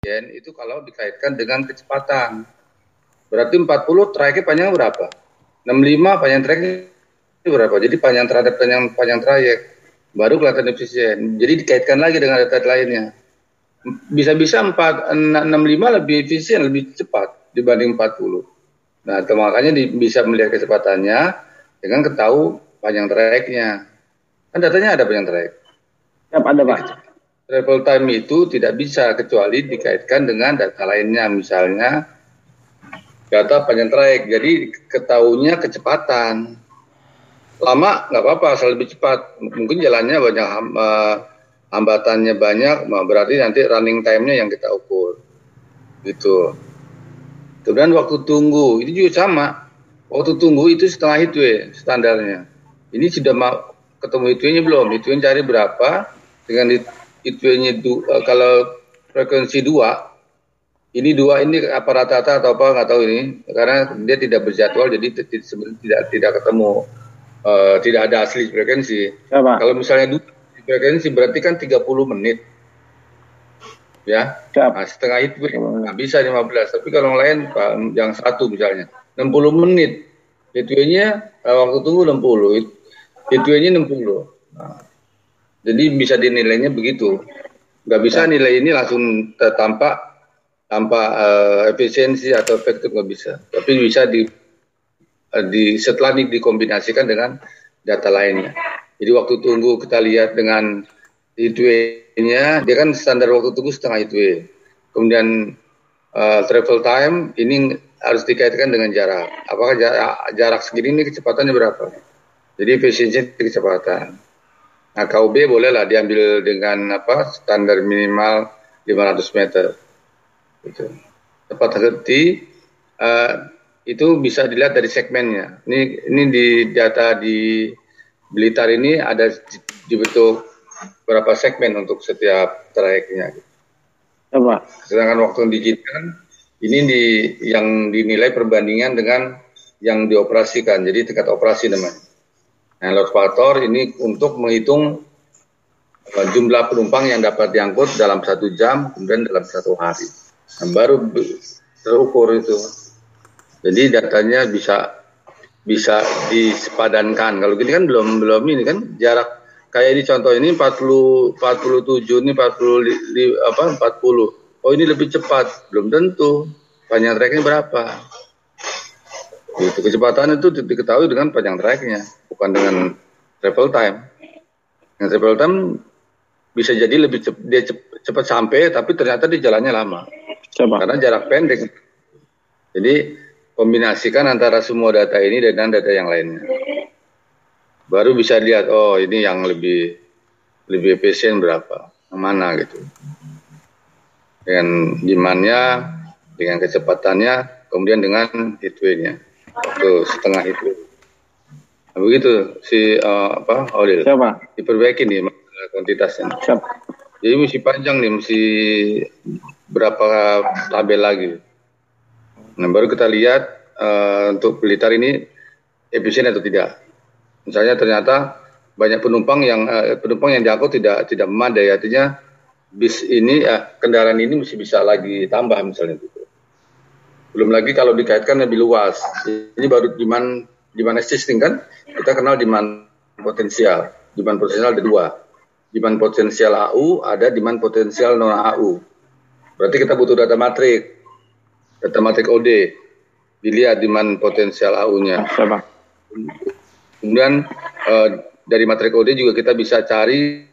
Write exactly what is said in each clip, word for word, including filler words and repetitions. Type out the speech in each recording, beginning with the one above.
itu kalau dikaitkan dengan kecepatan. Berarti empat puluh trayeknya panjangnya berapa? enam puluh lima panjang trayeknya berapa? Jadi panjang terhadap panjang panjang trayek baru kelihatan efisien. Jadi dikaitkan lagi dengan data lainnya. Bisa-bisa enam puluh lima lebih efisien, lebih cepat dibanding empat puluh. Nah, makanya di, bisa melihat kecepatannya dengan ketahui panjang trayeknya. Kan datanya ada panjang trayek. Siap, ada Pak. Travel time itu tidak bisa kecuali dikaitkan dengan data lainnya, misalnya data panjang trayek. Jadi ketahuinya kecepatan. Lama nggak apa-apa, asal lebih cepat. Mungkin jalannya banyak uh, hambatannya banyak, berarti nanti running time-nya yang kita ukur. Gitu. Kemudian waktu tunggu, itu juga sama. Waktu tunggu itu setengah heatway standarnya. Ini sudah mau ketemu heatway-nya belum? Heatway cari berapa? Dengan heatway-nya uh, kalau frekuensi dua, ini dua ini apa rata-rata atau apa nggak tahu ini, karena dia tidak berjadwal, jadi sebenarnya tidak tidak ketemu, uh, tidak ada asli frekuensi. Ya, kalau misalnya dua frekuensi berarti kan tiga puluh menit. Ya, nah, setengah itu nggak bisa lima belas, tapi kalau yang lain Pak, yang satu misalnya enam puluh menit, heatway-nya waktu tunggu enam puluh, heatway-nya enam puluh. Nah, jadi bisa dinilainya begitu, nggak bisa nilai ini langsung tampak tanpa uh, efisiensi atau efektif, nggak bisa, tapi bisa di, uh, di setelah di, dikombinasikan dengan data lainnya. Jadi waktu tunggu kita lihat dengan heatway-nya, dia kan standar waktu tunggu setengah heatway. Kemudian uh, travel time ini harus dikaitkan dengan jarak. Apakah jarak, jarak segini ini kecepatannya berapa? Jadi efisiensi kecepatan. Nah, K U B bolehlah diambil dengan apa standar minimal lima ratus meter. Gitu. Tepat henti uh, itu bisa dilihat dari segmennya. Ini ini di data di Blitar ini ada dibentuk berapa segmen untuk setiap trayeknya. Coba. Sedangkan waktu digital ini di, yang dinilai perbandingan dengan yang dioperasikan, jadi tingkat operasi namanya. Nah, load factor ini untuk menghitung uh, jumlah penumpang yang dapat diangkut dalam satu jam, kemudian dalam satu hari. Nah, baru terukur itu. Jadi datanya bisa bisa disepadankan. Kalau gini kan belum belum ini kan jarak. Kayak ini contoh ini empat puluh, empat puluh tujuh, ini empat puluh, apa, empat puluh. Oh ini lebih cepat. Belum tentu. Panjang treknya berapa. Gitu. Kecepatan itu diketahui dengan panjang treknya. Bukan dengan travel time. Dengan travel time bisa jadi lebih cepat, dia cepat sampai, tapi ternyata di jalannya lama. Coba. Karena jarak pendek. Jadi kombinasikan antara semua data ini dengan data yang lainnya. Baru bisa lihat, oh ini yang lebih lebih efisien berapa, yang mana gitu. Dengan demand-nya, dengan kecepatannya, kemudian dengan heatway-nya. Tuh, setengah heatway. Nah, begitu si uh, apa, Aurel. Siapa? Diperbaiki nih kuantitasnya. Siap. Jadi mesti panjang nih, mesti berapa tabel lagi. Nah, baru kita lihat uh, untuk Blitar ini efisien atau tidak. Misalnya ternyata banyak penumpang yang uh, penumpang yang diangkut tidak tidak memadai, artinya bis ini uh, kendaraan ini mesti bisa lagi tambah misalnya gitu. Belum lagi kalau dikaitkan lebih luas. Ini baru demand demand existing kan? Kita kenal demand potensial. Demand potensial ada dua. Demand potensial A U, ada demand potensial non A U. Berarti kita butuh data matrik. Data matrik O D. Dilihat demand potensial A U-nya. Kemudian uh, dari matrik O D juga kita bisa cari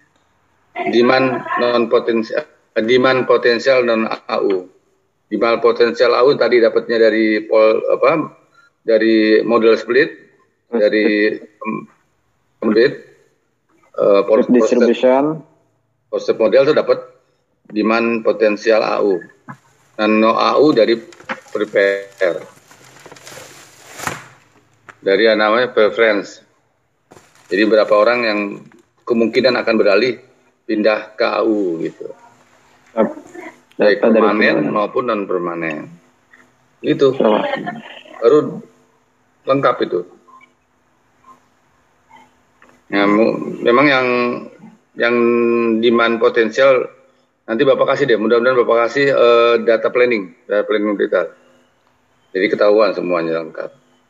demand non potensial, demand potensial non A U. Demand potensial A U tadi dapatnya dari pol apa? Dari model split, dari split, uh, post distribution, post model itu dapat demand potensial A U. Dan no A U dari prepare. Dari yang namanya preference. Jadi berapa orang yang kemungkinan akan beralih pindah ke A U gitu. Baik permanen maupun non permanen. Itu baru lengkap itu. Ya, memang yang yang demand potensial Nanti Bapak kasih deh, mudah-mudahan Bapak kasih uh, data planning, data planning detail. Jadi ketahuan semuanya lengkap.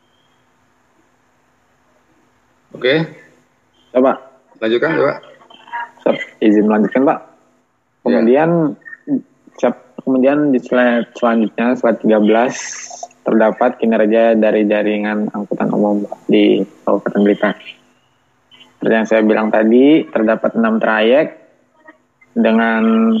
Oke? Coba. Lanjutkan, coba. Siap, izin melanjutkan, Pak. Kemudian, ya. siap, kemudian di slide selanjutnya, slide tiga belas, terdapat kinerja dari jaringan angkutan umum di Kabupaten Blitar. Seperti yang saya bilang tadi, terdapat enam trayek dengan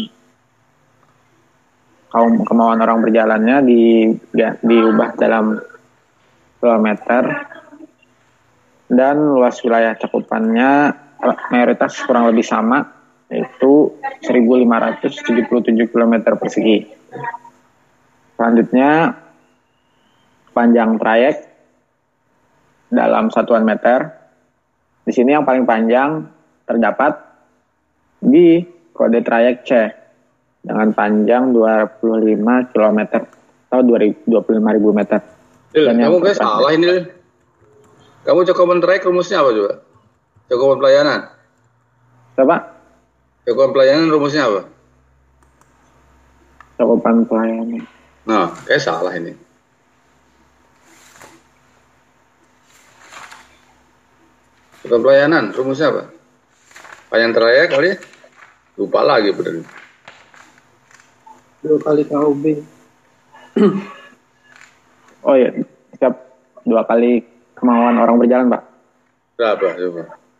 kaum kemauan orang berjalannya di, ya, diubah dalam kilometer dan luas wilayah cakupannya mayoritas kurang lebih sama, yaitu seribu lima ratus tujuh puluh tujuh kilometer persegi. Selanjutnya panjang trayek dalam satuan meter. Di sini yang paling panjang terdapat di kode trayek C dengan panjang dua puluh lima kilometer atau dua puluh lima ribu meter. Dil, kamu kayak salah ini, Dil. Kamu cakupan trayek rumusnya apa coba? Cakupan pelayanan. Coba? Cakupan pelayanan rumusnya apa? Cakupan pelayanan. Nah, kayak salah ini. Cakupan pelayanan rumusnya apa? Panjang trayek kali ya? Lupa lagi bener. Dua kali K O B. Oh iya, siap. Dua kali kemauan orang berjalan, Pak. Berapa coba?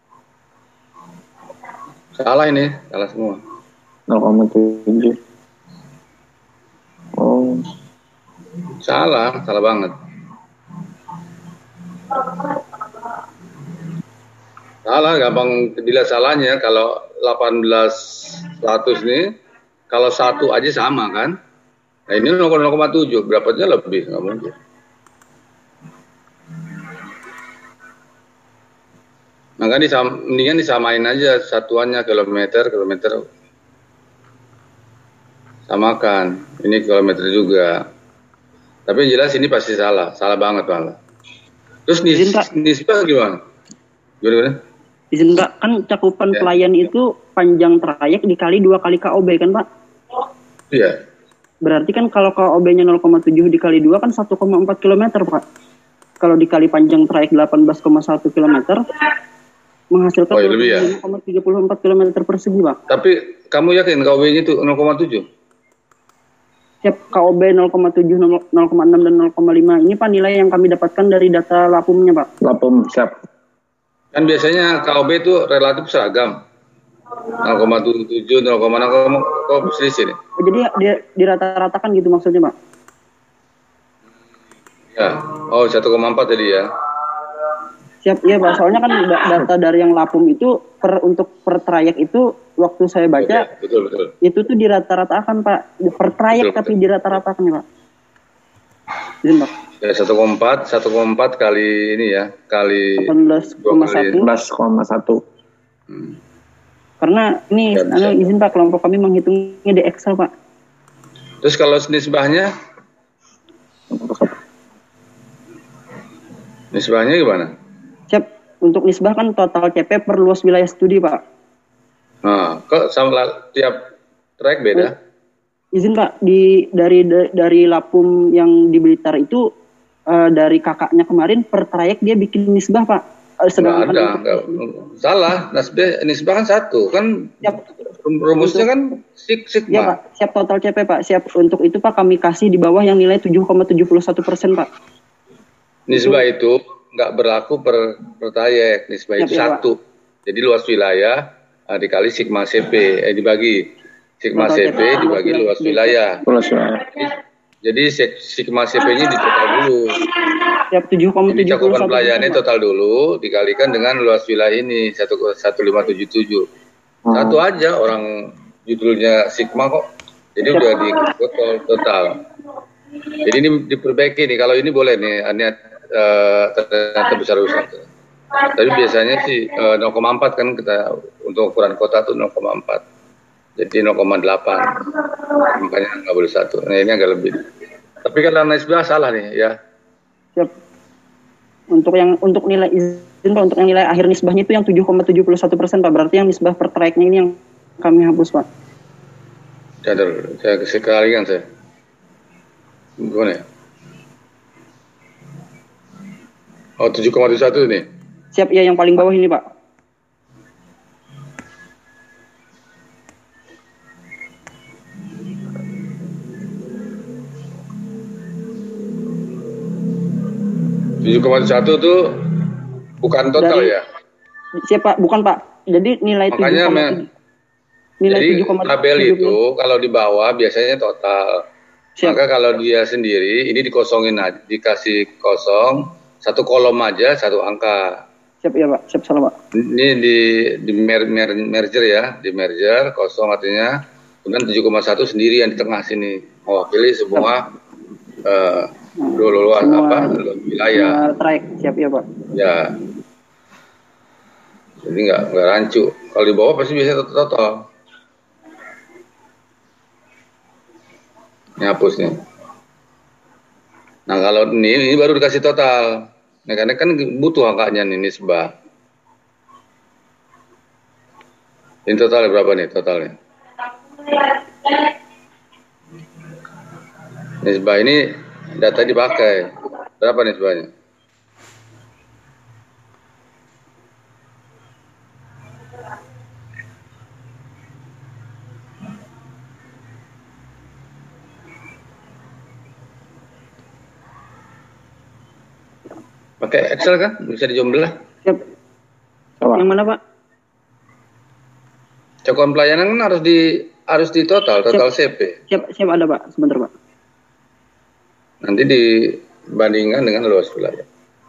Salah ini, salah semua. nol koma tujuh. Oh. Salah, salah banget. Salah, gampang dilihat salahnya. Kalau delapan belas seratus nih, kalau satu aja sama kan? Nah ini nol koma tujuh, berapanya lebih, nggak mungkin. Maka disam, mendingan disamain aja satuannya kilometer, kilometer. Samakan, ini kilometer juga. Tapi yang jelas ini pasti salah, salah banget malah. Terus nis, nisbah gimana? Gimana? Izin Pak, kan cakupan ya. Pelayan itu panjang trayek dikali dua kali K O B kan Pak? Iya. Berarti kan kalau K O B-nya nol koma tujuh dikali dua kan satu koma empat kilometer Pak. Kalau dikali panjang trayek delapan belas koma satu kilometer menghasilkan oh, ya, lebih ya? nol koma tiga empat kilometer persegi Pak. Tapi kamu yakin K O B-nya itu nol koma tujuh? Siap, K O B nol koma tujuh, nol koma enam dan nol koma lima ini Pak nilai yang kami dapatkan dari data Lapumnya Pak. Lapum, siap. Kan biasanya K O B itu relatif seragam. nol koma tujuh, nol koma enam, kok selisih nih? Jadi dia dirata-ratakan gitu maksudnya Pak? Ya, oh satu koma empat tadi ya? Siap, iya Pak. Soalnya kan data dari yang Lapum itu per untuk per trayek itu waktu saya baca, okay, betul, betul. itu tuh dirata-ratakan Pak. Per trayek betul, tapi betul. dirata-ratakan ya Pak. Izin Pak. Ya, satu koma empat, satu koma empat kali ini ya, kali delapan belas koma satu. Hmm. Karena ini, anu, izin Pak, kelompok kami menghitungnya di Excel Pak. Terus kalau nisbahnya? Nisbahnya gimana? Siap, untuk nisbah kan total C P per luas wilayah studi Pak. Nah, kok sama tiap track beda? Oh, izin Pak, di dari dari Lapum yang di Blitar itu uh, dari kakaknya kemarin per trayek dia bikin nisbah Pak. Uh, sedangkan nggak ada, nggak, salah. Nisbah, nisbah kan satu kan. Siap. Rumusnya kan sik sigma. Ya Pak, siap total C P Pak. Siap, untuk itu Pak kami kasih di bawah yang nilai tujuh koma tujuh satu persen Pak. Nisbah itu nggak berlaku per, per trayek. Nisbah siap, itu ya, satu. Pak. Jadi luas wilayah uh, dikali sigma C P eh dibagi sigma total C P dibagi luas wilayah. Luas wilayah. Jadi sigma C P-nya ditotal dulu. Siap, tujuh koma tujuh satu. Jadi cakupan pelayanannya total dulu dikalikan dengan luas wilayah ini satu koma lima tujuh tujuh. Hmm. Satu aja, orang judulnya sigma kok. Jadi siap. Udah di total, total. Jadi ini diperbaiki nih. Kalau ini boleh nih, ini uh, ternyata besar-besar. Tapi biasanya sih uh, nol koma empat kan kita untuk ukuran kota tuh nol koma empat. Jadi nol koma delapan. Makanya nggak boleh satu. Nah ini agak lebih. Tapi kalau nisbah salah nih ya. Siap. Untuk yang untuk nilai izin Pak, untuk yang nilai akhir nisbahnya itu yang tujuh koma tujuh satu persen Pak. Berarti yang nisbah per trayeknya ini yang kami hapus Pak. Cadar, saya sekali kan saya. Gimana ya? Oh, tujuh koma tujuh satu ini. Siap, ya yang paling bawah ini, Pak. tujuh koma tujuh satu itu bukan total Dari, ya? Siap, Pak. Bukan, Pak. Jadi nilai Makanya tujuh koma tujuh. Nilai jadi tujuh koma tujuh. tabel itu kalau di bawah biasanya total. Siap. Maka kalau dia sendiri ini dikosongin aja, dikasih kosong satu kolom aja satu angka. Siap ya Pak, siap salah Pak. Ini di di mer, mer, merger ya, di merger kosong artinya kemudian tujuh koma satu sendiri yang di tengah sini mewakili semua eh uh, luas apa wilayah. Traik, siap ya Pak. Ya. Jadi nggak nggak rancu. Kalau di bawah pasti biasanya total. Ini hapus nih. Nah kalau ini, ini baru dikasih total. Nah, karena kan butuh angkanya nih nisbah. Ini total berapa nih totalnya? Nisbah ini data dipakai. Berapa nisbahnya? Pakai Excel kan? Bisa dijumlah. Siap. Apa? Yang mana Pak? Cakupan pelayanan kan harus di harus di total, total siap. C P. Siap, siap ada Pak. Sebentar Pak. Nanti dibandingkan dengan luas wilayah.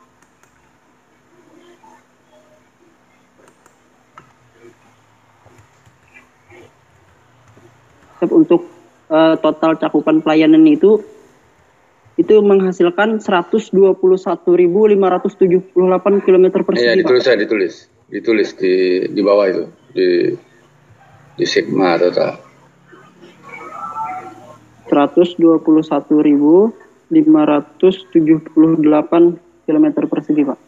Siap, untuk uh, total cakupan pelayanan itu itu menghasilkan seratus dua puluh satu ribu lima ratus tujuh puluh delapan kilometer persegi. Iya, ditulis saya, ditulis. Ditulis di di bawah itu, di di sigma total. seratus dua puluh satu ribu lima ratus tujuh puluh delapan kilometer persegi, Pak.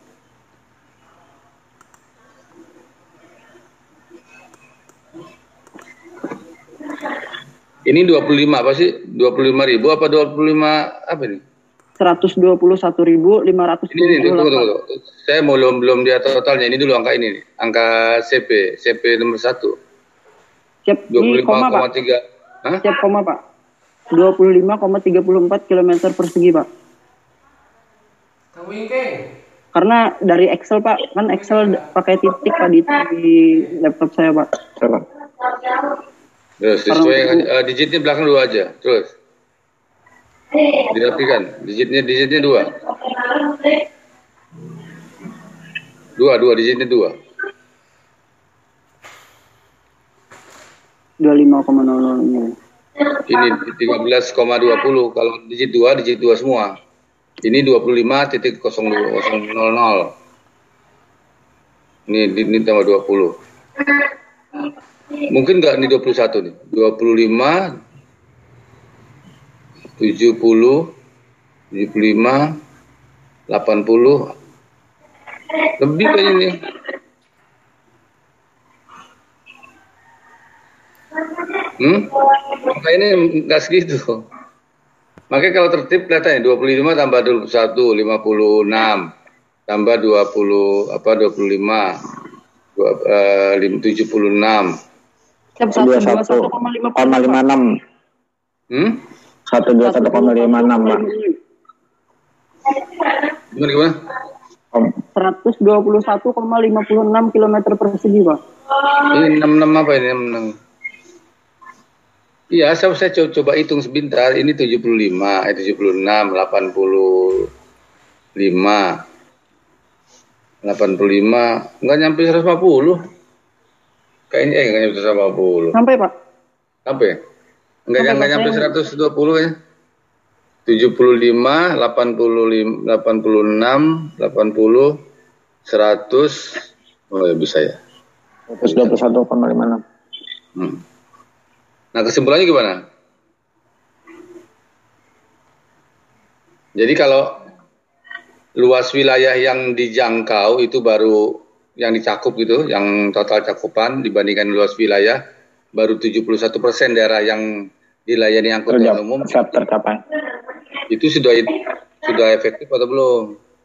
Ini dua puluh lima apa sih? dua puluh lima ribu apa dua puluh lima apa ini? seratus dua puluh satu ribu lima ratus tujuh puluh delapan. Ini, ini tunggu, tunggu, tunggu. Saya belum belum lihat totalnya. Ini dulu angka ini nih. Angka C P, C P nomor satu. Siap, dua puluh lima koma tiga. Siap, koma, Pak. dua puluh lima koma tiga empat kilometer persegi, Pak. Karena dari Excel, Pak. Kan Excel pakai titik, Pak, di, di laptop saya, Pak. Coba. Terus, sesuai uh, digitnya belakang dua aja. Terus. Dirapikan. Digitnya digitnya dua. Dua, dua, digitnya dua. dua puluh lima koma nol nol ini. Ini tiga belas koma dua puluh. Kalau digit dua, digit dua semua. Ini dua puluh lima titik nol nol. Ini, ini tambah dua puluh. Mungkin nggak ini dua puluh satu nih. dua puluh lima, tujuh puluh, tujuh puluh lima, delapan puluh. Lebih kayaknya nih. Hmm? Makanya nggak segitu. Makanya kalau tertib kelihatannya dua puluh lima tambah dua puluh satu, lima puluh enam. Tambah dua puluh, apa, dua puluh lima, tujuh puluh enam. dua puluh satu koma lima enam. Hmm? seratus dua puluh satu koma lima enam, Pak. Gimana, gimana? seratus dua puluh satu koma lima enam kilometer persegi, Pak. Ini enam puluh enam apa ini? enam puluh enam. Iya, saya, saya coba, coba hitung sebentar. Ini tujuh puluh lima, eh, tujuh puluh enam, delapan puluh lima. delapan puluh lima, enggak nyampe seratus lima puluh. Kayaknya eh enggak nyampe seratus lima puluh. Sampai, Pak. Sampai? Enggak enggak nyampe seratus dua puluh kayaknya. tujuh puluh lima, delapan puluh lima, delapan puluh enam, delapan puluh, seratus. Oh ya bisa ya. seratus dua puluh satu koma lima enam. Hmm. Nah, kesimpulannya gimana? Jadi kalau luas wilayah yang dijangkau itu baru yang dicakup gitu, yang total cakupan dibandingkan luas wilayah baru tujuh puluh satu persen daerah yang dilayani angkutan Terjap, umum siap tercapai. itu sudah sudah efektif atau belum?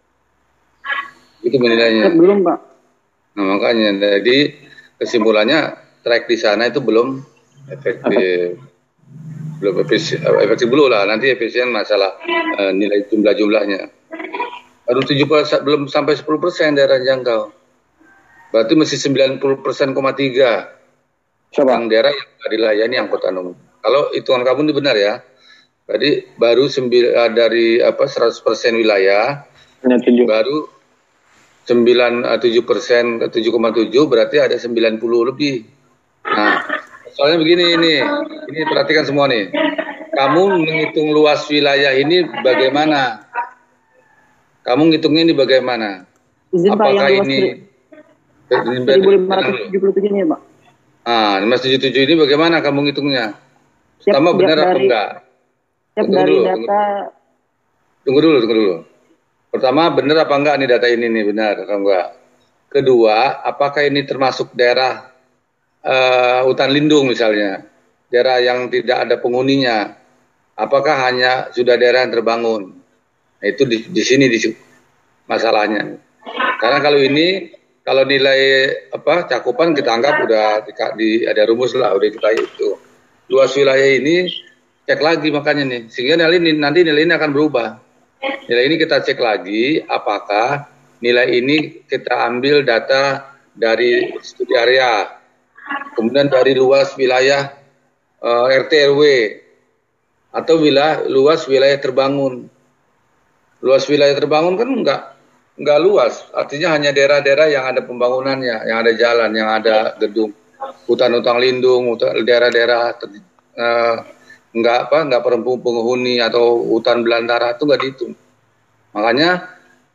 Itu menilainya. Belum, Pak. Nah, makanya jadi kesimpulannya track di sana itu belum efektif. Belum efektif, efektif dulu lah, nanti efisien masalah uh, nilai jumlah-jumlahnya. Baru tujuh puluh belum sampai sepuluh persen daerah jangkau. Berarti masih sembilan puluh persen koma tiga yang daerah yang tidak dilayani angkutan umum. Kalau hitungan kamu ini benar ya. Berarti baru sembilan dari apa seratus persen wilayah baru sembilan tujuh persen ke tujuh koma tujuh berarti ada sembilan puluh lebih. Nah, soalnya begini ini, ini perhatikan semua nih. Kamu menghitung luas wilayah ini bagaimana? Kamu ngitungnya ini bagaimana? Izin, apakah Pak, yang ini seribu lima ratus tujuh puluh tujuh ini ya, Pak? Ah, lima ratus tujuh puluh tujuh ini bagaimana kamu ngitungnya? Pertama benar dari, apa enggak? Siap Tunggu dari dulu, data. Tunggu, tunggu dulu, tunggu dulu. Pertama benar apa enggak nih data ini nih benar atau enggak? Kedua, apakah ini termasuk daerah uh, hutan lindung misalnya? Daerah yang tidak ada penghuninya? Apakah hanya sudah daerah yang terbangun? Nah, itu di, di sini di masalahnya. Karena kalau ini kalau nilai apa cakupan kita anggap udah di, di ada rumus lah udah kita itu. Luas wilayah ini cek lagi makanya nih sehingga nilai ini nanti nilai ini akan berubah. Nilai ini kita cek lagi apakah nilai ini kita ambil data dari studi area, kemudian dari luas wilayah uh, R T R W atau wilayah luas wilayah terbangun. Luas wilayah terbangun kan enggak enggak luas, artinya hanya daerah-daerah yang ada pembangunannya, yang ada jalan, yang ada gedung, hutan-hutan lindung, daerah-daerah uh, enggak apa, enggak penghuni atau hutan belantara itu enggak dihitung. Makanya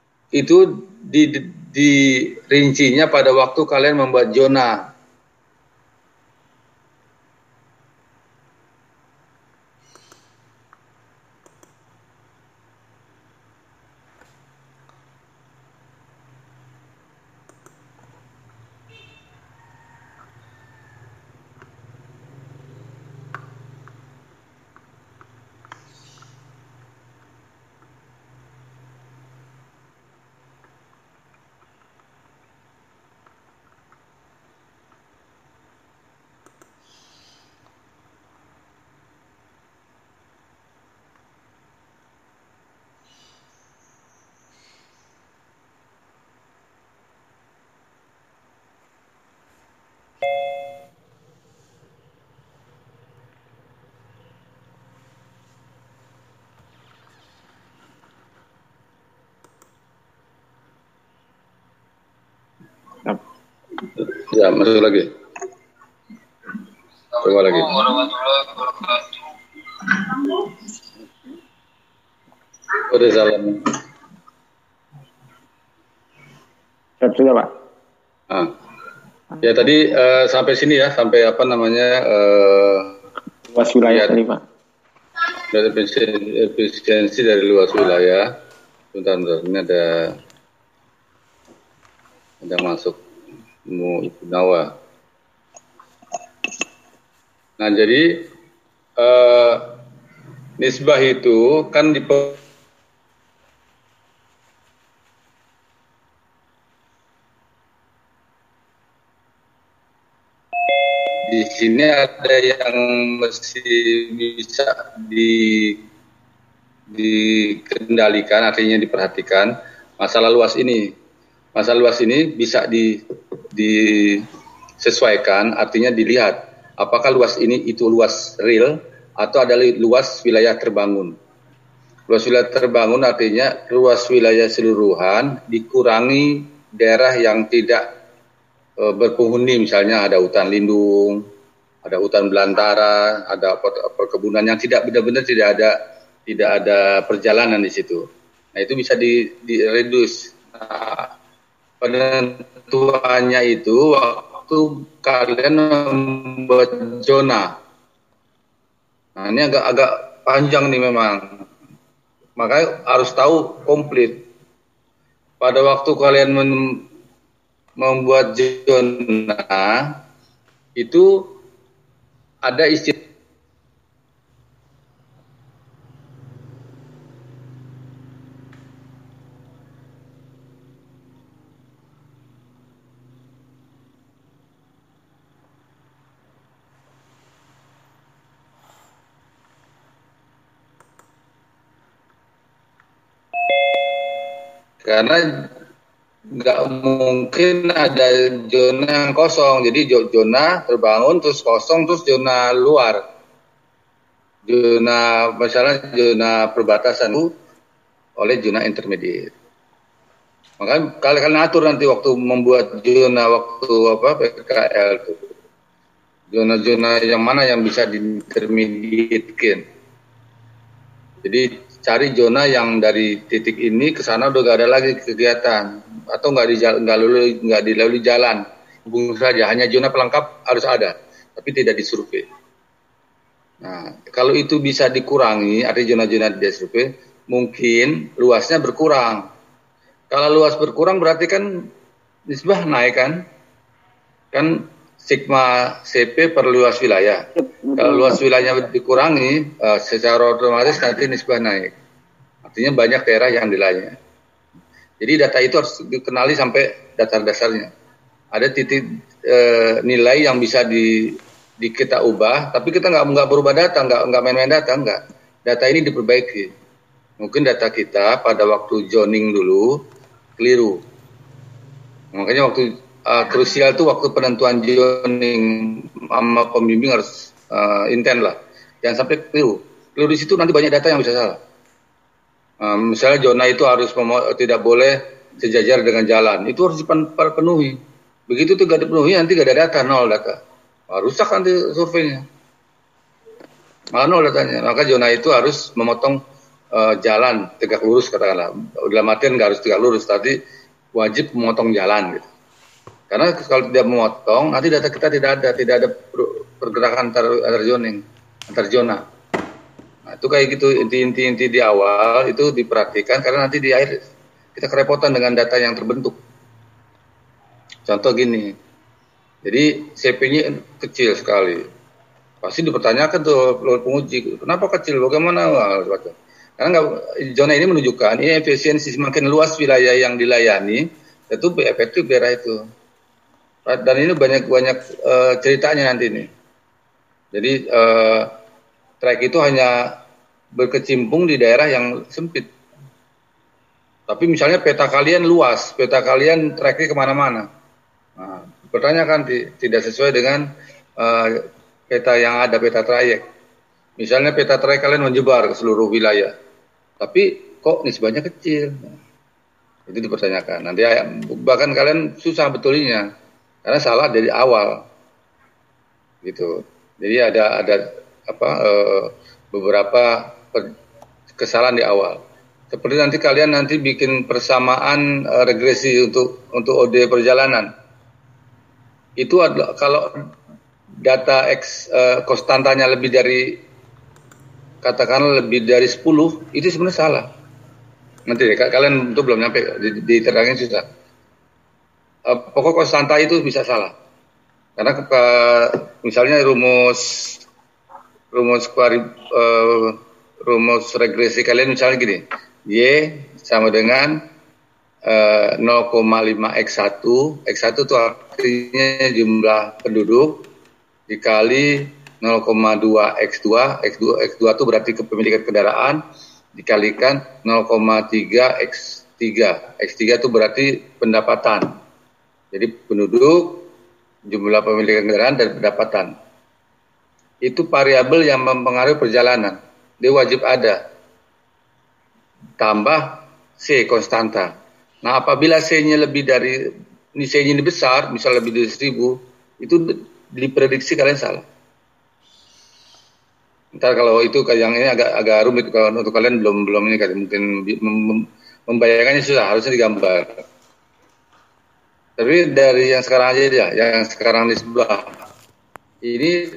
itu di, di, di rincinya pada waktu kalian membuat zona. Ya, masuk lagi. Coba lagi. Udah salam. Sudah, Pak. Ah. Ya tadi uh, sampai sini ya, sampai apa namanya uh, luas wilayah tadi, Pak. Dari efisiensi, efisiensi dari luas wilayah. Bentar, bentar. Ini ada ada masuk mau Ibu Nawa. Nah jadi uh, nisbah itu kan di di sini ada yang mesti bisa di dikendalikan, artinya diperhatikan masalah luas ini. Masalah luas ini bisa di disesuaikan, artinya dilihat apakah luas ini itu luas real atau ada luas wilayah terbangun. Luas wilayah terbangun artinya luas wilayah seluruhan dikurangi daerah yang tidak e, berpenghuni, misalnya ada hutan lindung, ada hutan belantara, ada perkebunan yang tidak benar-benar tidak ada tidak ada perjalanan di situ. Nah itu bisa di, di reduce. Nah, penentuannya itu waktu kalian membuat zona. Nah ini agak agak panjang nih memang. Makanya harus tahu komplit. Pada waktu kalian mem membuat zona itu ada istilah Karena nggak mungkin ada zona yang kosong. Jadi zona terbangun terus kosong terus zona luar. Zona misalnya zona perbatasan itu oleh zona intermediate. Makanya kalian atur nanti waktu membuat zona waktu apa P K L itu. Zona-zona yang mana yang bisa diintermediatekan. Jadi cari zona yang dari titik ini ke sana udah gak ada lagi kegiatan atau nggak di nggak dilalui nggak dilalui jalan hubung saja, hanya zona pelengkap harus ada tapi tidak disurvei. Nah kalau itu bisa dikurangi, artinya zona-zona di survei, mungkin luasnya berkurang. Kalau luas berkurang berarti kan nisbah naik kan, kan sigma C P per luas wilayah. Kalau luas wilayahnya dikurangi, uh, secara otomatis nanti nisbah naik. Artinya banyak daerah yang dilayani. Jadi data itu harus dikenali sampai dasar-dasarnya. Ada titik uh, nilai yang bisa di, di kita ubah, tapi kita nggak nggak berubah data, nggak nggak main-main data, nggak. Data ini diperbaiki. Mungkin data kita pada waktu zoning dulu keliru. Makanya waktu uh, krusial itu waktu penentuan zoning sama pembimbing harus uh, intent lah. Jangan sampai keliru. Keliru di situ nanti banyak data yang bisa salah. Uh, misalnya zona itu harus tidak boleh sejajar dengan jalan. Itu harus dipenuhi. Begitu itu tidak dipenuhi nanti tidak ada data, nol data. Wah, rusak nanti surveinya. Malah nol datanya. Maka zona itu harus memotong uh, jalan tegak lurus katakanlah. Dalam artian nggak harus tegak lurus, tapi wajib memotong jalan gitu. Karena kalau tidak memotong, nanti data kita tidak ada, tidak ada pergerakan antar, antar zoning, antar zona. Nah, itu kayak gitu inti-inti di awal itu diperhatikan karena nanti di akhir kita kerepotan dengan data yang terbentuk. Contoh gini, jadi C P-nya kecil sekali, pasti dipertanyakan tuh oleh penguji, kenapa kecil, bagaimana? Karena nggak, zona ini menunjukkan ini efisiensi semakin luas wilayah yang dilayani, itu efektif daerah itu. Dan ini banyak-banyak uh, ceritanya nanti ini. Jadi uh, trek itu hanya berkecimpung di daerah yang sempit. Tapi misalnya peta kalian luas, peta kalian treknya kemana-mana. Nah, pertanyakan tidak sesuai dengan uh, peta yang ada, peta trayek. Misalnya peta trayek kalian menyebar ke seluruh wilayah, tapi kok nisbahnya kecil. Nah, itu dipertanyakan. Nanti bahkan kalian susah betulnya. Karena salah dari awal, gitu. Jadi ada ada apa e, beberapa per, kesalahan di awal. Seperti nanti kalian nanti bikin persamaan e, regresi untuk untuk O D perjalanan. Itu adalah kalau data X e, konstantanya lebih dari katakanlah lebih dari sepuluh, itu sebenarnya salah. Nanti kalian itu belum nyampe diterangin susah. Uh, pokok konstanta itu bisa salah karena ke, misalnya rumus rumus kuari, uh, rumus regresi kalian misalnya gini, Y sama dengan uh, nol koma lima X satu, X satu itu artinya jumlah penduduk dikali nol koma dua X dua, X dua X dua itu berarti kepemilikan kendaraan dikalikan nol koma tiga X tiga, X tiga itu berarti pendapatan. Jadi penduduk, jumlah pemilikan kendaraan, dan pendapatan. Itu variabel yang mempengaruhi perjalanan. Dia wajib ada. Tambah C konstanta. Nah apabila C-nya lebih dari, ini C-nya ini besar, misal lebih dari seribu, itu diprediksi kalian salah. Ntar kalau itu yang ini agak agak rumit kalau untuk kalian belum belum ini kan mungkin mem, membayangkannya susah, harusnya digambar. Tapi dari yang sekarang aja ya, yang sekarang di sebelah ini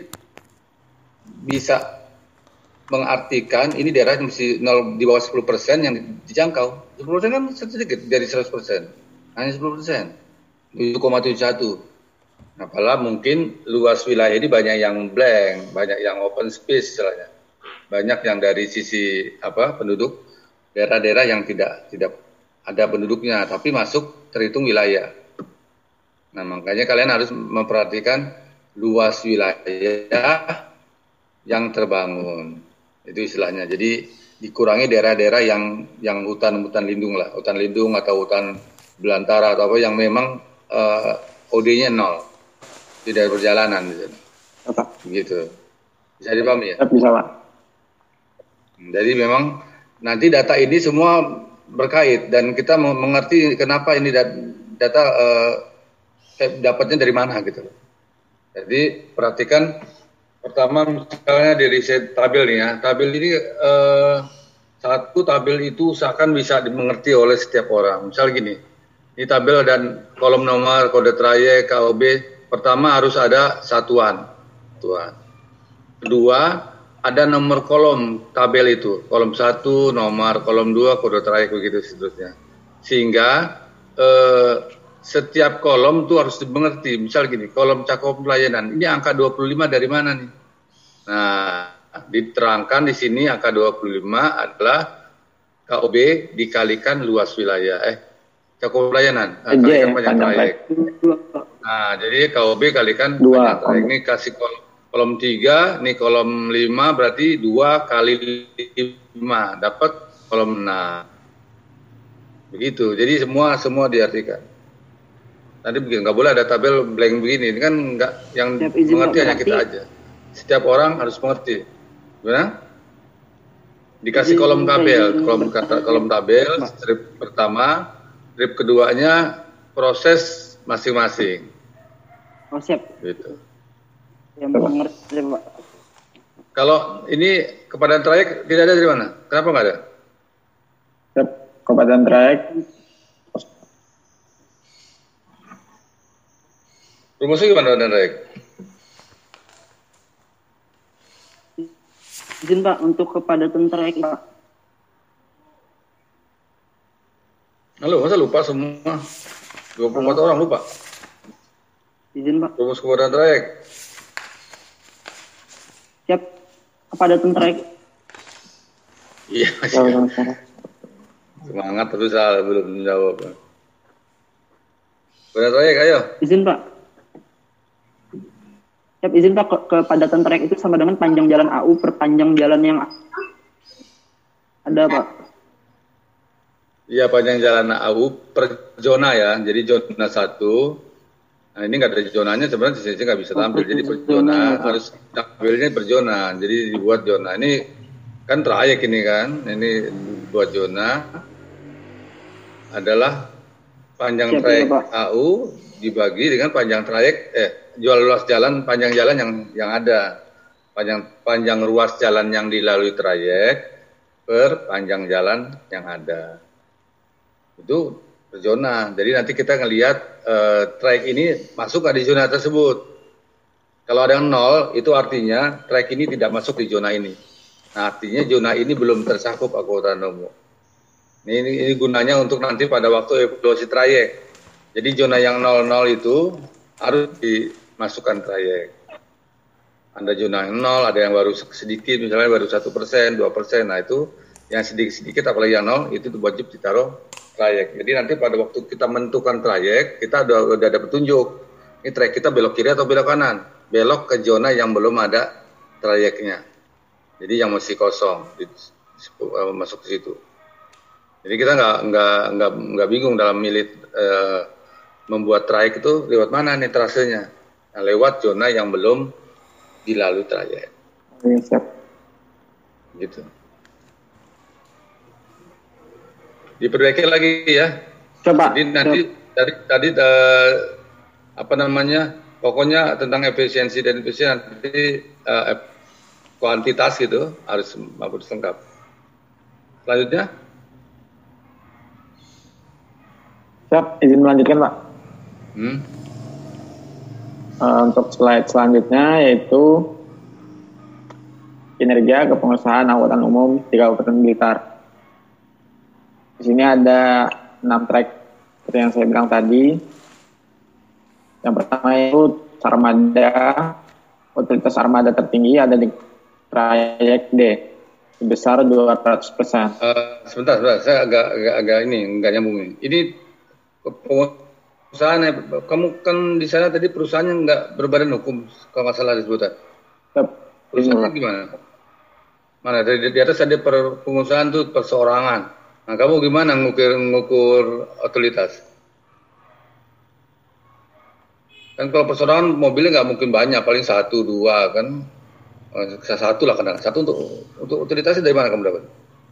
bisa mengartikan ini daerah mesti nol di bawah sepuluh persen yang dijangkau. sepuluh persen kan sedikit dari seratus persen, hanya sepuluh persen, tujuh koma tujuh satu. Nah, malah mungkin luas wilayah ini banyak yang blank, banyak yang open space istilahnya. Banyak yang dari sisi apa penduduk daerah-daerah yang tidak tidak ada penduduknya tapi masuk terhitung wilayah. Nah, makanya kalian harus memperhatikan luas wilayah yang terbangun. Itu istilahnya. Jadi dikurangi daerah-daerah yang yang hutan-hutan lindung lah, hutan lindung atau hutan belantara atau apa yang memang uh, O D-nya nol, tidak perjalanan gitu. Gitu. Bisa dipahami ya? Bisa, Pak. Jadi memang nanti data ini semua berkait dan kita mengerti kenapa ini data uh, dapatnya dari mana gitu. Jadi perhatikan pertama misalnya dari tabel nih ya. Tabel ini uh, satu tabel itu usahakan bisa dimengerti oleh setiap orang. Misal gini, di tabel dan kolom nomor, kode trayek, K O B, pertama harus ada satuan. Satuan. Kedua, ada nomor kolom tabel itu, kolom satu, nomor, kolom dua, kode trayek begitu seterusnya. Sehingga eh, setiap kolom itu harus dimengerti. Misal gini, kolom cakupan pelayanan, ini angka dua puluh lima dari mana nih? Nah, diterangkan di sini angka dua puluh lima adalah K O B dikalikan luas wilayah. Eh, cakupan pelayanan, nah, kalikan panjang trayek. Nah, jadi K O B kalikan dua, panjang trayek. Ini kasih kolom. Kolom tiga, ini kolom lima berarti dua kali lima, dapat kolom enam. Begitu, jadi semua semua diartikan. Nanti begini, nggak boleh ada tabel blank begini, ini kan nggak, yang mengerti hanya kita aja. Setiap orang harus mengerti. Gimana? Dikasih kolom tabel, kolom kata kolom tabel, strip pertama, strip keduanya proses masing-masing. Oh, siap. Gitu. Yang mengerti, Pak. Kalau ini kepadatan trayek tidak ada dari mana? Kenapa nggak ada? Kepadatan trayek. Rumusnya gimana kepadatan trayek? Izin Pak, untuk kepadatan trayek Pak. Halo, masa lupa semua? dua puluh empat orang lupa. Izin Pak. Rumus kepadatan trayek. Siap, kepadatan trayek. Iya, siap. Semangat terus salah belum menjawab. Kepadatan trayek, ayo. Izin Pak. Siap, izin Pak, ke kepadatan trayek itu sama dengan panjang jalan A U per panjang jalan yang ada Pak. Iya, panjang jalan A U per zona ya. Jadi zona satu. Nah ini nggak ada zonanya, sebenarnya di sini nggak bisa tampil. Jadi per zona harus tampilnya per zona. Jadi dibuat zona. Ini kan trayek ini kan. Ini buat zona adalah panjang Siap, trayek ya, Pak. A U dibagi dengan panjang trayek eh jual luas jalan panjang jalan yang yang ada. Panjang panjang ruas jalan yang dilalui trayek per panjang jalan yang ada. Itu zona. Jadi nanti kita ngelihat uh, trayek ini masuk nggak di zona tersebut. Kalau ada yang nol, itu artinya trayek ini tidak masuk di zona ini. Nah, artinya zona ini belum tercakup angkutan umum. Ini, ini, ini gunanya untuk nanti pada waktu evaluasi trayek. Jadi zona yang nol nol itu harus dimasukkan trayek. Ada zona yang nol, ada yang baru sedikit, misalnya baru satu persen, dua persen. Nah itu yang sedikit-sedikit, apalagi yang nol, itu wajib ditaruh trayek. Jadi nanti pada waktu kita menentukan trayek, kita udah, udah ada petunjuk. Ini trayek kita belok kiri atau belok kanan. Belok ke zona yang belum ada trayeknya. Jadi yang masih kosong, di, masuk ke situ. Jadi kita nggak nggak nggak nggak bingung dalam milih eh, membuat trayek itu lewat mana nih trasenya. Nah, lewat zona yang belum dilalui trayek. Oke, siap. Gitu. Diperbaiki lagi ya. Coba. Jadi nanti tadi tadi uh, apa namanya? Pokoknya tentang efisiensi dan efisiensi nanti uh, kuantitas gitu harus harus lengkap. Selanjutnya. Siap, izin melanjutkan Pak. Hmm. Uh, untuk slide selanjutnya yaitu kinerja kepengurusan angkutan umum di Kabupaten Blitar. Di sini ada enam track seperti yang saya bilang tadi. Yang pertama itu armada, utilitas armada tertinggi ada di trayek D sebesar dua ratus persen. Uh, sebentar, sebentar, saya agak agak, agak ini nggak nyambung ini. Ini perusahaan, kamu kan di sana tadi perusahaannya nggak berbadan hukum kalau nggak salah disebutkan. Perusahaannya gimana? Mana di, di atas ada per, pengusahaan tuh perseorangan. Nah, kamu gimana ngukur ngukur otoritas? Kan kalau perseorangan mobilnya nggak mungkin banyak, paling satu dua kan. Eh, satu lah kadang. Satu untuk untuk otoritasnya dari mana kamu dapat?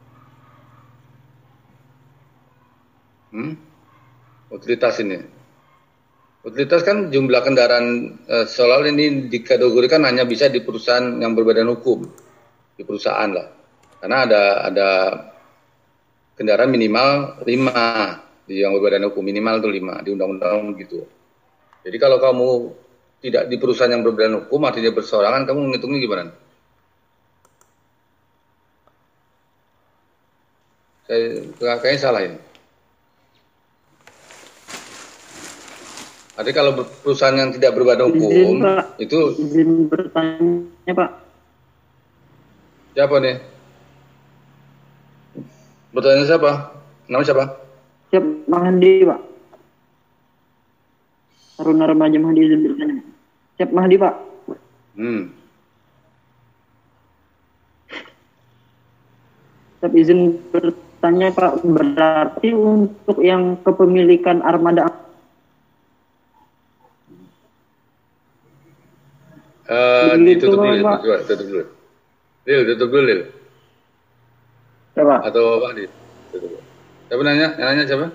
Hmm? Utilitas ini. Utilitas kan jumlah kendaraan eh, solar ini dikategorikan hanya bisa di perusahaan yang berbadan hukum, di perusahaan lah. Karena ada ada kendaraan minimal lima di yang berbadan hukum, minimal itu lima di undang-undang gitu. Jadi kalau kamu tidak di perusahaan yang berbadan hukum artinya berseorangan, kamu menghitungnya gimana? Saya kayaknya salah ini. Jadi kalau perusahaan yang tidak berbadan hukum Izin, Pak. itu Izin bertanya, Pak. siapa nih? Bertanya siapa? Nama siapa? Siap Mahdi, Pak. Taruna Remaja Mahdi izin bertanya. Siap Mahdi, Pak. Hmm. Siap izin bertanya, Pak. Berarti untuk yang kepemilikan armada Uh, begitu, ditutup dulu, Pak. coba tutup dulu. Lil, tutup dulu, Lil. Coba. Atau Pak Di? Tutup. Siapa nanya? Yang nanya siapa?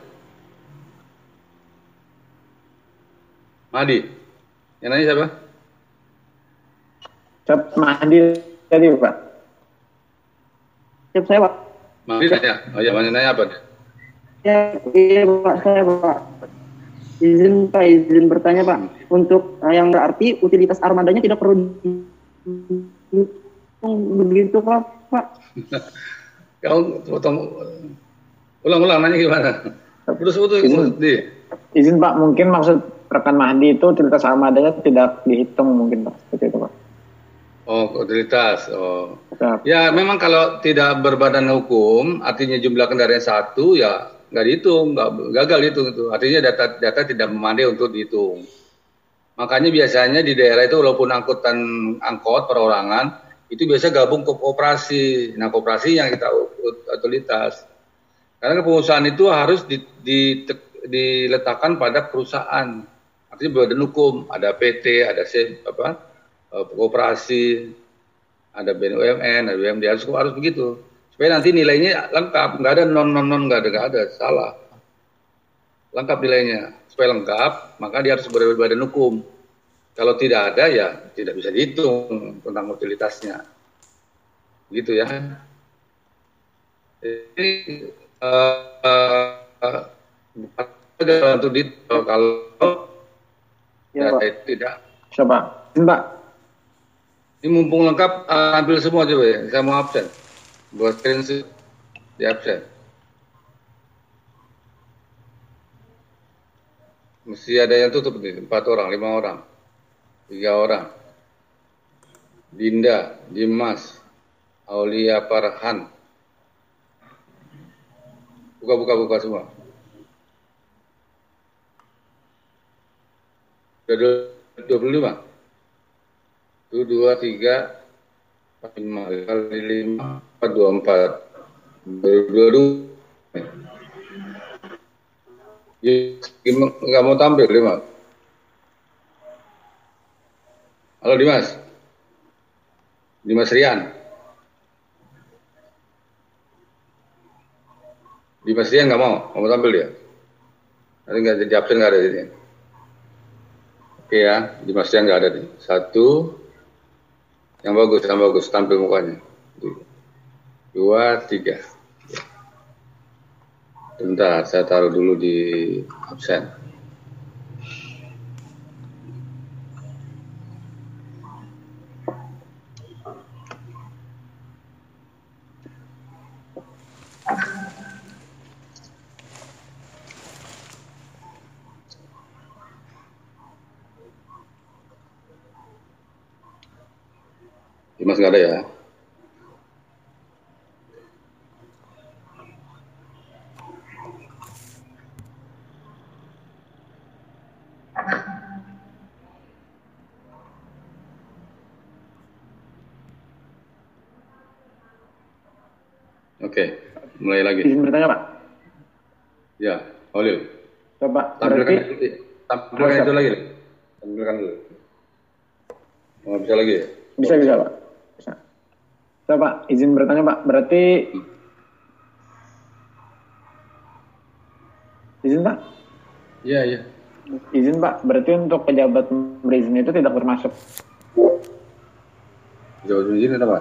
Mahdi. Yang nanya siapa? Cap Mahdi tadi, Pak. Siap saya, Pak. Mahdi nanya. Oh ya, mana nanya apa? Ya, iya, Pak. Saya, Pak. Izin, Pak. Izin bertanya, Pak. Untuk uh, yang berarti utilitas armadanya tidak perlu begitu, Pak. Pak. Kau potong ulang-ulang nanya gimana? Putus-putus di. Izin Pak, mungkin maksud rekan Mahdi itu utilitas armadanya tidak dihitung mungkin Pak, seperti itu Pak. Oh, utilitas. Oh. Ya. Ya, memang kalau tidak berbadan hukum, artinya jumlah kendaraan satu, ya nggak dihitung, nggak gagal itu. Itu. Artinya data data tidak memadai untuk dihitung. Makanya biasanya di daerah itu walaupun angkutan angkot perorangan itu biasa gabung ke koperasi. Nah, koperasi yang kita utilitas. Karena pengusahaan itu harus di, di, diletakkan pada perusahaan. Artinya badan hukum, ada P T, ada C, apa, koperasi, ada B U M N, ada B U M D, harus, harus begitu. Supaya nanti nilainya lengkap, nggak ada non non non nggak ada nggak ada salah. Lengkap nilainya. Supaya lengkap, maka dia harus berbadan hukum. Kalau tidak ada, ya tidak bisa dihitung tentang utilitasnya. Gitu ya. Jadi, uh, uh, uh, untuk di kalau ya, data itu tidak. Coba, Mbak. Ini mumpung lengkap, uh, ambil semua coba ya. Saya mau absen. Buat screen di absen. Mesti ada yang tutup nih, empat orang, lima orang, tiga orang. Dinda, Dimas, Aulia Farhan. Buka-buka-buka semua. Sudah dua puluh lima? Itu dua, tiga, lima kali lima, empat, dua, empat. Dua, dua, dua. Nggak mau tampil, Dimas. Halo, Dimas. Dimas Rian. Dimas Rian nggak mau, nggak mau tampil dia. Nanti nggak jadi absen, nggak ada di sini. Oke ya, Dimas Rian nggak ada nih. Satu, yang bagus, yang bagus, tampil mukanya. Dua, tiga. Bentar, saya taruh dulu di absen. Dimas nggak ada ya? Oke, mulai lagi. Izin bertanya Pak. Ya, Holil. Coba Tampilkan berarti itu, tampilkan itu lagi. Tampilkan dulu. Oh, bisa lagi ya? Bisa bisa Pak. Bisa. Coba Pak, izin bertanya Pak. Berarti Hmm. izin Pak. Iya iya. Izin Pak. Berarti untuk pejabat berizin itu tidak termasuk. Jawab izin ada Pak?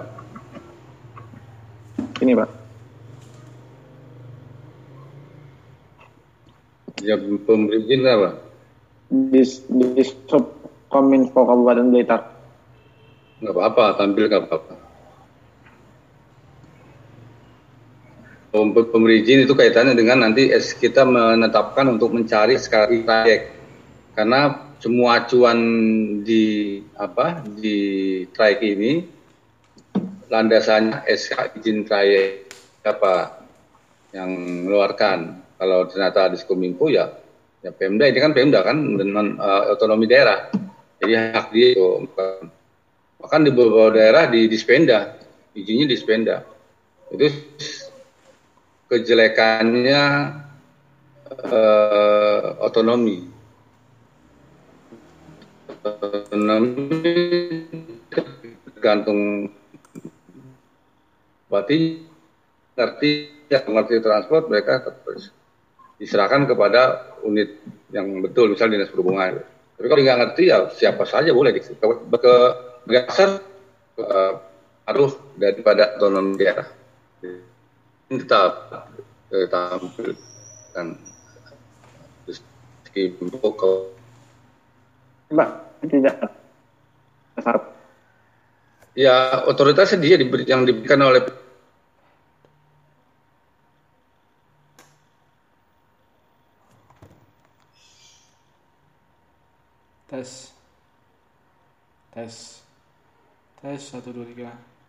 Ini Pak. Ya, pemberi izin apa? Di, di sub Kominfo Kabupaten Blitar. Nggak apa-apa, tampil nggak apa-apa. Pem- Pemberi izin itu kaitannya dengan nanti S kita menetapkan untuk mencari sekali trayek. Karena semua acuan di apa di trayek ini landasannya S K izin trayek siapa yang mengeluarkan. Kalau ternyata di Kominfo ya, ya Pemda ini kan Pemda kan dengan uh, otonomi daerah, jadi hak dia itu. Bahkan di beberapa daerah di dispenda, izinnya dispenda. Itu kejelekannya uh, otonomi. Otonomi tergantung berarti ngerti ya mengerti transport mereka terus diserahkan kepada unit yang betul, misalnya dinas perhubungan. Tapi kalau nggak ngerti ya siapa saja boleh ke, ke berdasar uh, harus daripada otonomi daerah. Ini tetap uh, tampil dan untuk Mbak, tidak syarat. Ya otoritasnya dia diberi, yang diberikan oleh tes tes tes satu dua tiga.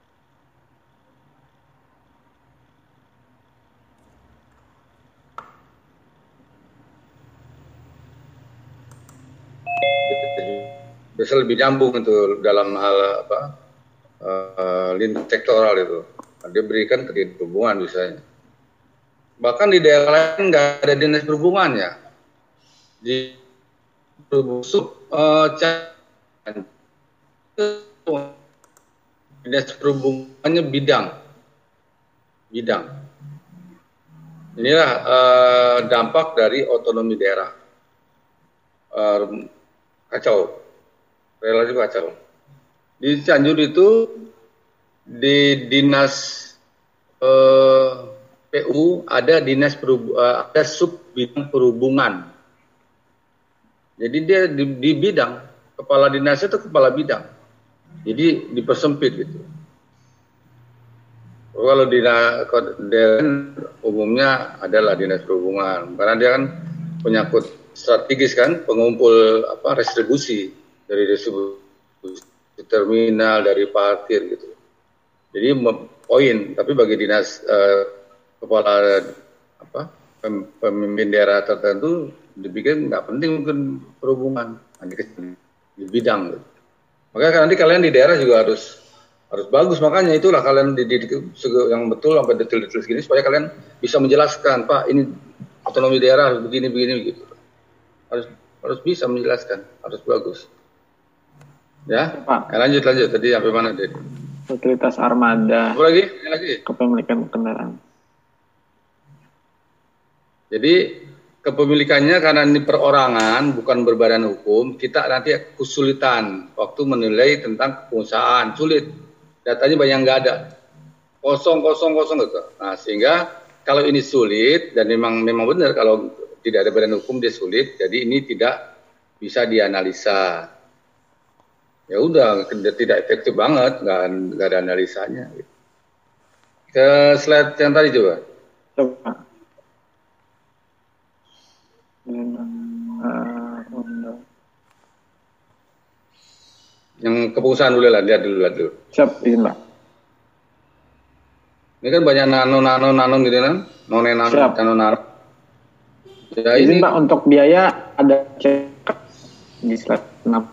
bisa lebih nyambung itu dalam hal apa uh, lintas sektoral itu dia berikan ke dinas perhubungan misalnya. Bahkan di daerah lain nggak ada dinas perhubungan ya di sub uh, dinas perhubungannya bidang bidang inilah uh, dampak dari otonomi daerah uh, kacau relatif kacau di Cianjur itu di dinas uh, P U ada dinas perhub- uh, ada sub bidang perhubungan. Jadi dia di, di bidang, kepala dinas itu kepala bidang. Jadi dipersempit gitu. Kalau dinas umumnya adalah dinas perhubungan, karena dia kan penyangkut strategis kan, pengumpul apa restribusi dari distribusi terminal, dari parkir gitu. Jadi poin, tapi bagi dinas eh, kepala apa pem, pemimpin daerah tertentu dibikin nggak penting mungkin perhubungan di bidang gitu. Makanya nanti kalian di daerah juga harus harus bagus, makanya itulah kalian dididik yang betul sampai detail-detail segini supaya kalian bisa menjelaskan, Pak ini otonomi daerah harus begini begini gitu. Harus harus bisa menjelaskan, harus bagus. Ya, Pak. Ya, lanjut lanjut tadi sampai mana deh? Fasilitas armada. Apa lagi? Apa lagi? Kepemilikan kendaraan. Jadi kepemilikannya karena ini perorangan bukan berbadan hukum, kita nanti kesulitan waktu menilai tentang pengusahaan, sulit. Datanya banyak nggak ada, kosong kosong kosong gitu. Nah sehingga kalau ini sulit dan memang memang benar kalau tidak ada badan hukum dia sulit, jadi ini tidak bisa dianalisa. Ya udah tidak efektif banget, nggak nggak ada analisanya. Ke slide yang tadi coba. Coba. Uh, Yang kepengurusan dulu lah, lihat dulu, lihat dulu. Siap, izin Pak. Ini kan banyak nano nano nano gitu kan, none nano Siap. nano nano. Ya, Izin ini Pak, untuk biaya ada cek di slide enam.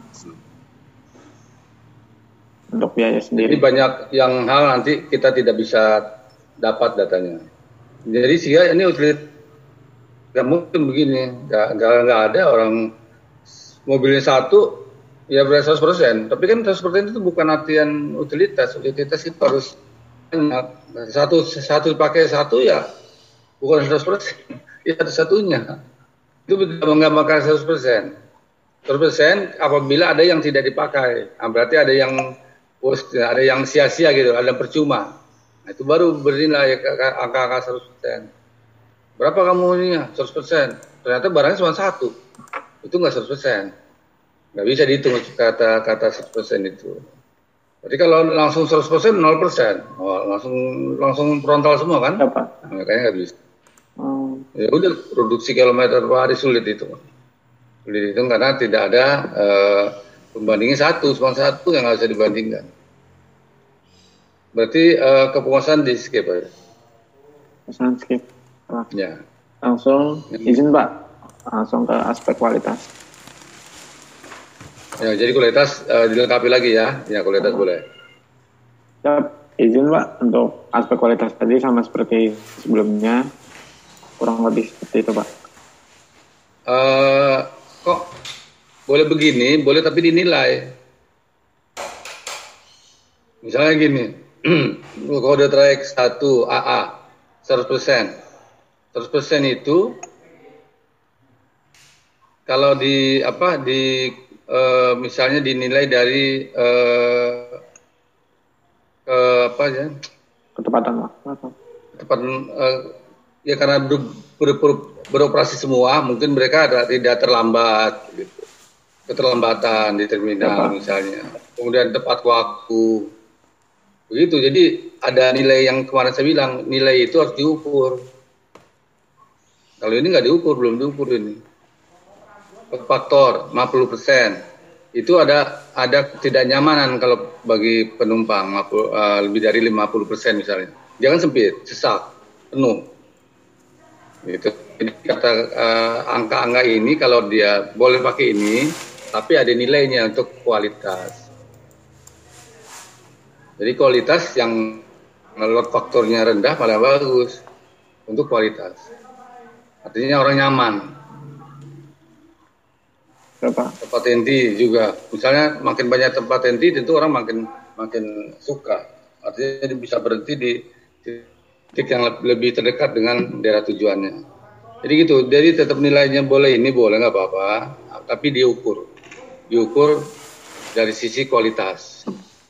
Untuk biaya jadi sendiri. banyak yang hal nanti kita tidak bisa dapat datanya. Jadi sih ini utilitas nggak mungkin begini, nggak nggak nggak ada orang mobilnya satu ya berarti seratus persen. Tapi kan seratus persen itu bukan artian utilitas. Utilitas itu harus banyak. Satu satu pakai satu ya bukan seratus persen. Ya satu-satunya. Itu tidak menggambarkan seratus persen. seratus persen apabila ada yang tidak dipakai. Nah, berarti ada yang ada yang sia-sia gitu, ada yang percuma. Nah, itu baru bernilai angka-angka seratus persen. Berapa kamu ininya? seratus persen. Ternyata barangnya cuma satu. Itu nggak seratus persen. Nggak bisa dihitung kata-kata seratus persen itu. Jadi kalau langsung seratus persen, nol persen. Oh, langsung langsung frontal semua kan? Apa? Nah, kayaknya nggak bisa. Oh. Ya udah, produksi kilometer per hari sulit itu. Sulit itu karena tidak ada uh, pembandingnya satu, cuma satu yang nggak bisa dibandingkan. Berarti uh, kepuasan di skip aja. Kepuasan skip. Nah, ya. Langsung izin Pak, langsung ke aspek kualitas. Ya, jadi kualitas uh, dilengkapi lagi ya, ya kualitas oh. boleh. Siap, izin Pak untuk aspek kualitas tadi sama seperti sebelumnya, kurang lebih seperti itu Pak. Uh, kok boleh begini, boleh tapi dinilai. Misalnya gini, kode trayek satu A A seratus persen. seratus persen itu kalau di apa di e, misalnya dinilai dari e, ke apa ya ketepatan Pak. Ketepatan e, ya karena ber, ber, ber, beroperasi semua mungkin mereka ada, tidak terlambat gitu. Keterlambatan di terminal Apa? Misalnya kemudian tepat waktu begitu. Jadi ada nilai yang kemarin saya bilang, nilai itu harus diukur. Kalau ini nggak diukur, belum diukur ini. Faktor lima puluh persen itu ada ada ketidaknyamanan kalau bagi penumpang lima puluh, uh, lebih dari lima puluh persen misalnya. Jangan sempit, sesak, penuh. Gitu. Jadi kata uh, angka-angka ini kalau dia boleh pakai ini, tapi ada nilainya untuk kualitas. Jadi kualitas yang load faktornya rendah malah bagus untuk kualitas. Artinya orang nyaman. Berapa? Tempat henti juga. Misalnya makin banyak tempat henti tentu orang makin makin suka. Artinya dia bisa berhenti di titik yang lebih terdekat dengan daerah tujuannya. Jadi gitu. Jadi tetap nilainya boleh ini boleh nggak apa-apa. Tapi diukur. Diukur dari sisi kualitas.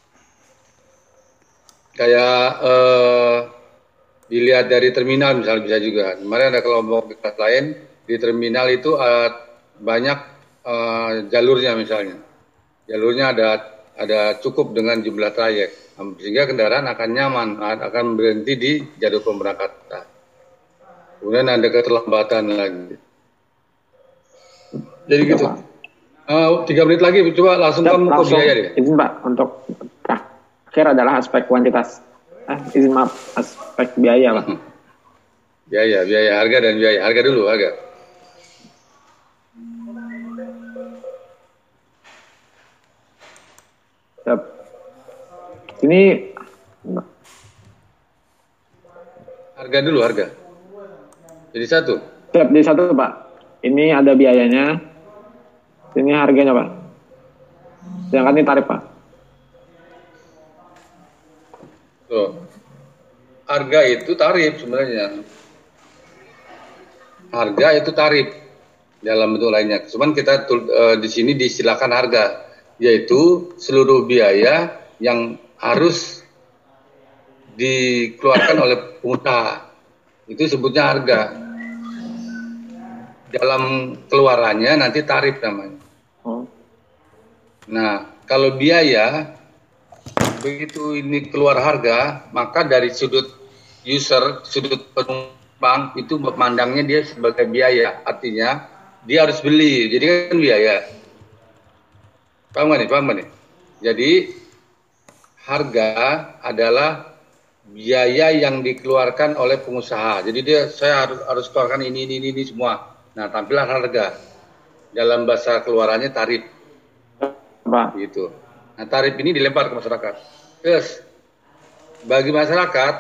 Kayak eh, dilihat dari terminal misalnya bisa juga. Kemarin ada kelompok dekat lain di terminal itu uh, banyak uh, jalurnya misalnya. Jalurnya ada ada cukup dengan jumlah trayek sehingga kendaraan akan nyaman, akan berhenti di jalur pemberangkatan. Kemudian ada keterlambatan lagi. Jadi gitu. Uh, tiga menit lagi coba langsung kamu ke biaya deh. Izin Pak untuk terakhir adalah aspek kuantitas. Ah, izin maaf, aspek biaya Pak. Biaya, biaya, harga dan biaya. Harga dulu, harga. Siap. Ini harga dulu, harga. Jadi satu. Siap, jadi satu Pak. Ini ada biayanya. Ini harganya Pak. Sedangkan ini tarif Pak. Tuh. Harga itu tarif sebenarnya. Harga itu tarif dalam bentuk lainnya. Cuman kita uh, di sini disilakan harga, yaitu seluruh biaya yang harus dikeluarkan oleh pengusaha. Itu sebutnya harga. Dalam keluarannya nanti tarif namanya. Oh. Nah, kalau biaya begitu ini keluar harga, maka dari sudut user, sudut penumpang itu memandangnya dia sebagai biaya. Artinya dia harus beli, jadi kan biaya. Paham nggak nih? Paham nggak nih? Jadi harga adalah biaya yang dikeluarkan oleh pengusaha. Jadi dia saya harus harus keluarkan ini ini ini, ini semua. Nah, tampilan harga. Dalam bahasa keluarannya tarif. Pak. Gitu. Nah, tarif ini dilempar ke masyarakat. Terus, bagi masyarakat,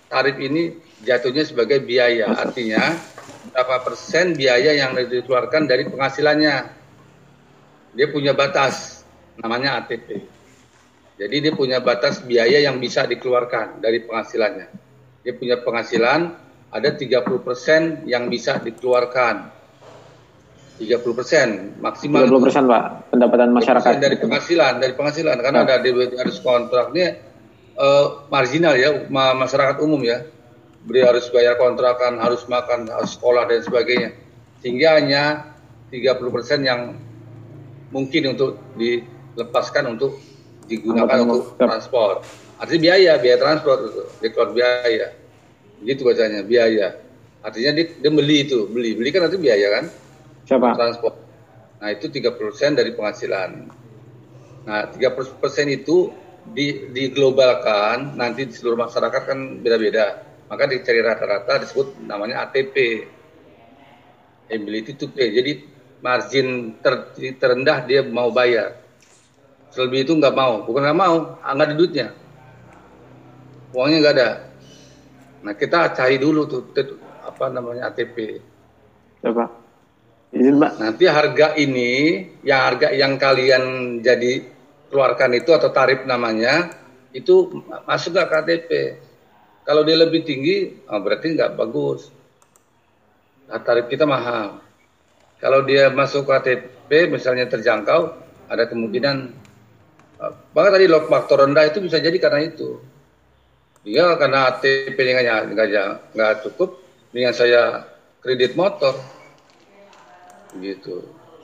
tarif ini jatuhnya sebagai biaya, artinya berapa persen biaya yang dikeluarkan dari penghasilannya. Dia punya batas, namanya A T P. Jadi dia punya batas biaya yang bisa dikeluarkan dari penghasilannya. Dia punya penghasilan, ada tiga puluh persen yang bisa dikeluarkan. tiga puluh persen maksimal. tiga puluh persen Pak, pendapatan masyarakat. Dari penghasilan, dari penghasilan. Karena ada di harus kontraknya uh, marginal ya, ma masyarakat umum ya. Beliau harus bayar kontrakan, harus makan, harus sekolah dan sebagainya. Sehingga hanya tiga puluh persen yang mungkin untuk dilepaskan untuk digunakan untuk transport. Artinya biaya, biaya transport itu, dikeluar biaya. Gitu bacanya, biaya. Artinya dia, dia beli itu, beli. Beli kan itu biaya kan? Siapa? Transport. Nah, itu tiga puluh persen dari penghasilan. Nah, tiga puluh persen itu di diglobalkan, nanti di seluruh masyarakat kan beda-beda. Maka dicari rata-rata disebut namanya A T P. Ability to pay. Jadi margin ter, terendah dia mau bayar. Selebih itu nggak mau, bukan nggak mau, nggak ada duitnya, uangnya nggak ada. Nah kita cari dulu tuh, tuh apa namanya A T P. Coba, izin Pak. Nanti harga ini, yang harga yang kalian jadi keluarkan itu atau tarif namanya itu masuk nggak ke A T P. Kalau dia lebih tinggi, oh berarti nggak bagus. Nah, tarif kita mahal. Kalau dia masuk ke A T P, misalnya terjangkau, ada kemungkinan. Bahkan tadi load faktor rendah itu bisa jadi karena itu. Dia karena A T P-nya nggak cukup, dengan saya kredit motor, gitu.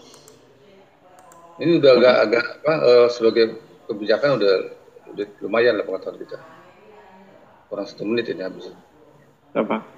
Ini udah agak agak apa uh, sebagai kebijakan udah, udah lumayan lah pengetahuan kita. Kurang satu menit ini habis. Apa?